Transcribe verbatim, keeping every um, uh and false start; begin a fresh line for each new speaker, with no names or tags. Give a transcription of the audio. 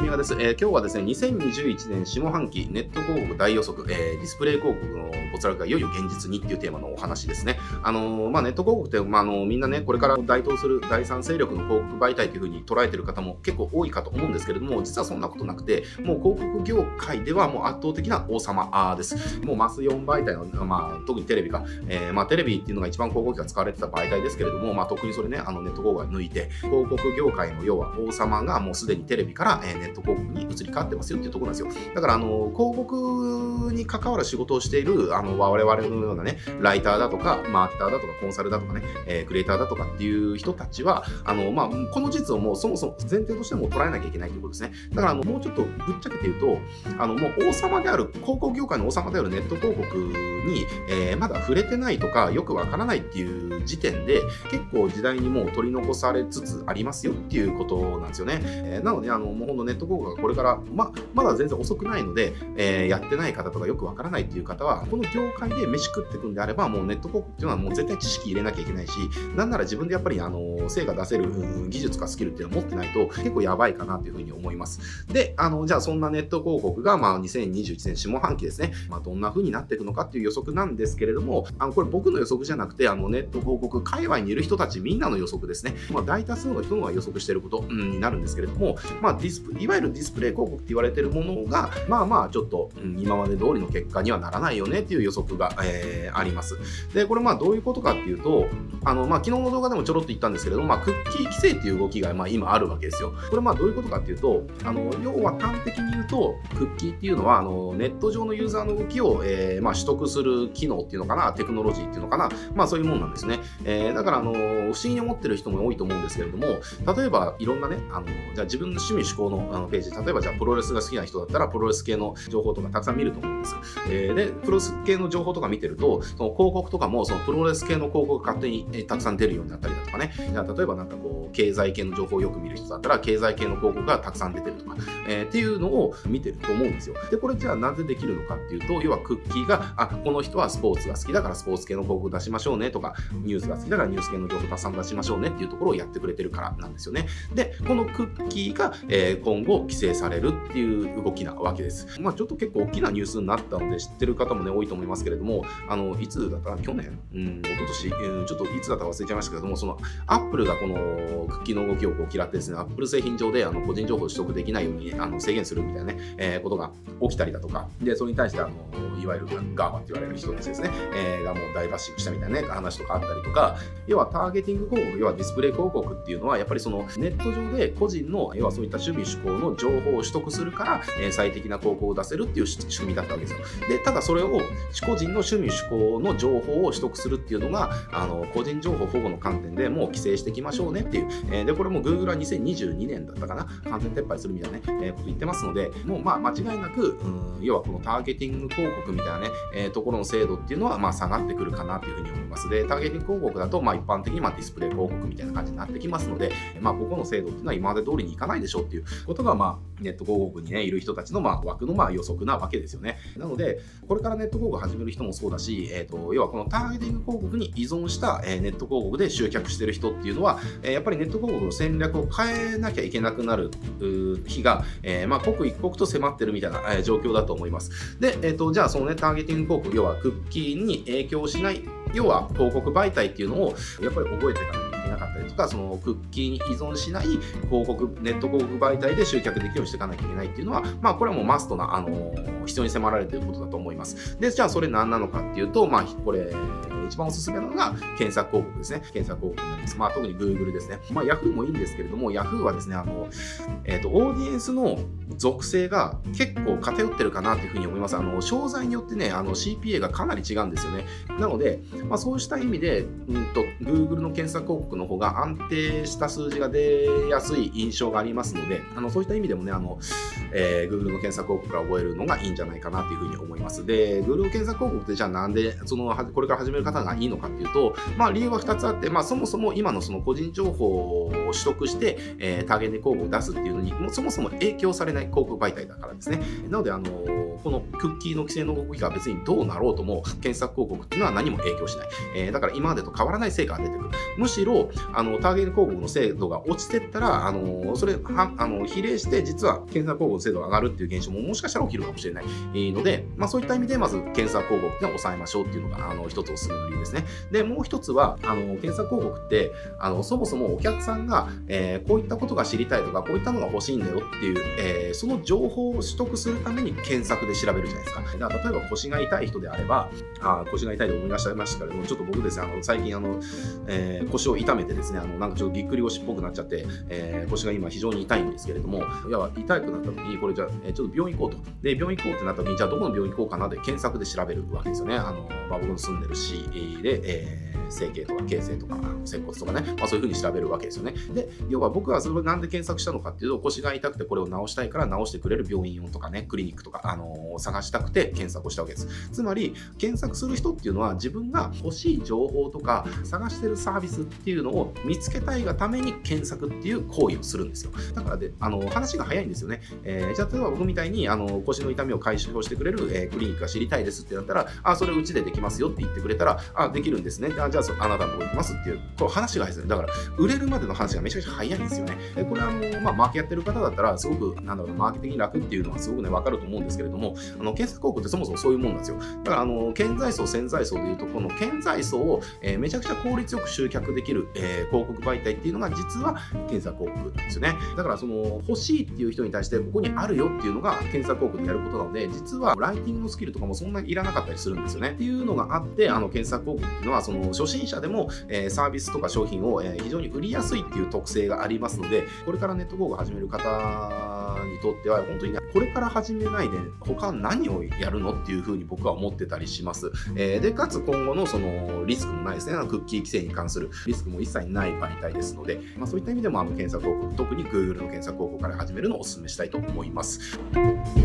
三輪です。えー、今日はですね、にせんにじゅういちねん下半期ネット広告大予測、えー、ディスプレイ広告の没落がいよいよ現実にっていうテーマのお話ですね。あのー、まあ、ネット広告って、まあ、あのー、みんなね、これから台頭する第三勢力の広告媒体というふうに捉えている方も結構多いかと思うんですけれども、実はそんなことなくて、もう広告業界ではもう圧倒的な王様です。もうマスよん媒体の、まあ、特にテレビか、えー、まあ、テレビっていうのが一番広告費が使われてた媒体ですけれども、まあ、特にそれね、あのネット広告が抜いて、広告業界の要は王様がもうすでにテレビから、えー、ネット広告に移り変わってますよっていうところなんですよ。だからあの広告に関わる仕事をしているあの我々のようなね、ライターだとかマーケターだとかコンサルだとかね、えー、クリエイターだとかっていう人たちはあの、まあ、この事実をもうそもそも前提としても捉えなきゃいけないということですね。だからあのもうちょっとぶっちゃけて言うと、あのもう王様である広告業界の王様であるネット広告に、えー、まだ触れてないとかよくわからないっていう時点で結構時代にもう取り残されつつありますよっていうことなんですよね。えー、なのであのもうほんとネット広告がこれからままだ全然遅くないので、えー、やってない方とかよくわからないっていう方はこの業界で飯食っていくんであればもうネット広告っていうのはもう絶対知識入れなきゃいけないし、なんなら自分でやっぱりあの精が出せる、うん、技術かスキルっていうのを持ってないと結構やばいかなというふうに思います。で、あのじゃあそんなネット広告がまあにせんにじゅういちねん下半期ですね、まあ、どんな風になっていくのかっていう予測なんですけれども、あのこれ僕の予測じゃなくてあのネット広告界隈にいる人たちみんなの予測ですね。まあ、大多数の人が予測していること、うん、になるんですけれども、まあ、ディスプいわゆるディスプレイ広告って言われているものがまあまあちょっと、うん、今まで通りの結果にはならないよねっていう予測が、えー、あります。でこれまあどういうことかっていうと、あのまあ昨日の動画でもちょろっと言ったんですけれども、まあ、クッキー規制っていう動きがまあ今あるわけですよ。これまあどういうことかっていうと、あの要は端的に言うとクッキーっていうのはあのネット上のユーザーの動きを、えーまあ、取得する機能っていうのかな、テクノロジーっていうのかな、まあそういうもんなんですね。えー、だからあの不思議に思ってる人も多いと思うんですけれども、例えばいろんなね、あのじゃあ自分の趣味嗜好のあのページ、例えばじゃあプロレスが好きな人だったらプロレス系の情報とかたくさん見ると思うんです。えー、でプロレス系の情報とか見てると、その広告とかもそのプロレス系の広告が勝手に、えー、たくさん出るようになったりだとかね、じゃあ例えばなんかこう経済系の情報をよく見る人だったら経済系の広告がたくさん出てるとか、えー、っていうのを見てると思うんですよ。でこれじゃあなぜできるのかっていうと、要はクッキーがあこの人はスポーツが好きだからスポーツ系の広告出しましょうねとか、ニュースが好きだからニュース系の情報たくさん出しましょうねっていうところをやってくれてるからなんですよね。でこのクッキーが、えー、今後規制されるっていう動きなわけです。まあちょっと結構大きなニュースになったので知ってる方もね多いと思いますけれども、あのいつだったら去年、うん、一昨年、うん、ちょっといつだったか忘れちゃいましたけれども、そのアップルがこのクッキーの動きをこう嫌ってですね、アップル製品上であの個人情報を取得できないようにあの制限するみたいなね、えー、ことが起きたりだとか、でそれに対してあのいわゆるガーマって言われる人たちですね、えー、がもう大バッシングしたみたいなね話とかあったりとか、要はターゲティング広告、要はディスプレイ広告っていうのはやっぱりそのネット上で個人の要はそういった趣味嗜好の情報を取得するから、えー、最適な広告を出せるっていう仕組みだったわけですよ。でただそれを個人の趣味嗜好の情報を取得するっていうのがあの個人情報保護の観点でもう規制していきましょうねっていう、えー、でこれも Google はにせんにじゅうにねんだったかな、完全撤廃するみたいなね、えー、こと言ってますので、もうまあ間違いなく、うん、要はこのターゲティング広告みたいなね、えー、ところの精度っていうのはまあ下がってくるかなというふうに思います。でターゲティング広告だとまあ一般的にまあディスプレイ広告みたいな感じになってきますので、まあここの精度っていうのは今まで通りにいかないでしょうっていうことがまあネット広告にねいる人たちのまあ枠のまあ予測なわけですよね。なのでこれからネット広告を始める人もそうだし、えー、と要はこのターゲティング広告に依存した、えー、ネット広告で集客してる人っていうのは、えー、やっぱりネット広告の戦略を変えなきゃいけなくなる日が、えー、まあ刻一刻と迫ってるみたいな、えー、状況だと思います。で、えー、とじゃあそのねターゲティング広告、要はクッキーに影響しない要は広告媒体っていうのをやっぱり覚えていかなきゃいけなかったりとか、そのクッキーに依存しない広告ネット広告媒体で集客できるようにしていかなきゃいけないっていうのは、まあこれはもうマストな、あのー、必要に迫られていることだと思います。でじゃあそれ何なのかっていうと、まあこれ一番おすすめなのが検索広告ですね。検索広告になります。まあ特に Google ですね。まあ Yahoo もいいんですけれども、Yahoo はですね、あの、えっと、オーディエンスの属性が結構偏ってるかなというふうに思います。あの、商材によってね、あの シーピーエー がかなり違うんですよね。なので、まあそうした意味で、うんと、Google の検索広告の方が安定した数字が出やすい印象がありますので、あの、そういった意味でもね、あの、えー、Google の検索広告から覚えるのがいいんじゃないかなというふうに思います。で、Google 検索広告ってじゃあなんで、その、これから始める方方がいいのかっていうと、まあ理由はふたつあって、まあそもそも今のその個人情報を取得して、えー、ターゲティング広告を出すっていうのに、もうそもそも影響されない広告媒体だからですね。なので、あのー、このクッキーの規制の動きが別にどうなろうとも、検索広告っていうのは何も影響しない。えー、だから今までと変わらない成果が出てくる。むしろ、あの、ターゲティング広告の精度が落ちてったら、あのー、それは、あの、比例して、実は検索広告の精度が上がるっていう現象ももしかしたら起きるかもしれないので、まあそういった意味で、まず検索広告っていうのは抑えましょうっていうのが、あの、一つおすすめの理由ですね。で、もう一つは、あの、検索広告って、あの、そもそもお客さんが、えー、こういったことが知りたいとか、こういったのが欲しいんだよっていう、えー、その情報を取得するために検索で調べるじゃないですか。だから例えば腰が痛い人であれば、あ腰が痛いと思い出しちゃいましたけれども、ちょっと僕ですね、あの、最近あの、えー、腰を痛めてですね、あの、なんかちょっとぎっくり腰っぽくなっちゃって、えー、腰が今非常に痛いんですけれども、いや、痛くなった時に、これじゃあ、えー、ちょっと病院行こうと。で、病院行こうってなった時に、じゃあどこの病院行こうかなで検索で調べるわけですよね。あの、まあ、僕の住んでる市で、えー整形とか形成とか接骨とかね、まあ、そういうふうに調べるわけですよね。で、要は僕はそれをなんで検索したのかっていうと、腰が痛くてこれを治したいから治してくれる病院とかね、クリニックとか、あのー、探したくて検索をしたわけです。つまり、検索する人っていうのは自分が欲しい情報とか探してるサービスっていうのを見つけたいがために検索っていう行為をするんですよ。だからで、あのー、話が早いんですよね。えー、じゃあ例えば僕みたいに、あのー、腰の痛みを解消してくれる、えー、クリニックが知りたいですってなったら、あ、それうちでできますよって言ってくれたら、あ、できるんですね。あ、じゃあ、あなたのところに行きますっていう、これ話が早いですね。だから、売れるまでの話がめちゃくちゃ早いんですよね。でこれはあの、まあ、マーケやってる方だったら、すごく、なんだろうな、マーケ的に楽っていうのはすごくね、わかると思うんですけれども、あの、検索広告ってそもそもそういうもんなんですよ。だから、あの、顕在層、潜在層でいうと、この顕在層を、えー、めちゃくちゃ効率よく集客できる、えー、広告媒体っていうのが、実は検索広告なんですよね。だから、その、欲しいっていう人に対して、ここにあるよっていうのが、検索広告でやることなので、実は、ライティングのスキルとかもそんなにいらなかったりするんですよね。っていうのがあって、あの、検索広告っていうのは、その、初心者でも、えー、サービスとか商品を、えー、非常に売りやすいっていう特性がありますので、これからネット広告を始める方にとっては、本当にね、これから始めないで、他何をやるのっていうふうに僕は思ってたりします。えー、で、かつ今後のそのリスクもないですね。クッキー規制に関するリスクも一切ない媒体ですので、まあ、そういった意味でもあの検索広告、特に Google の検索広告から始めるのをお勧めしたいと思います。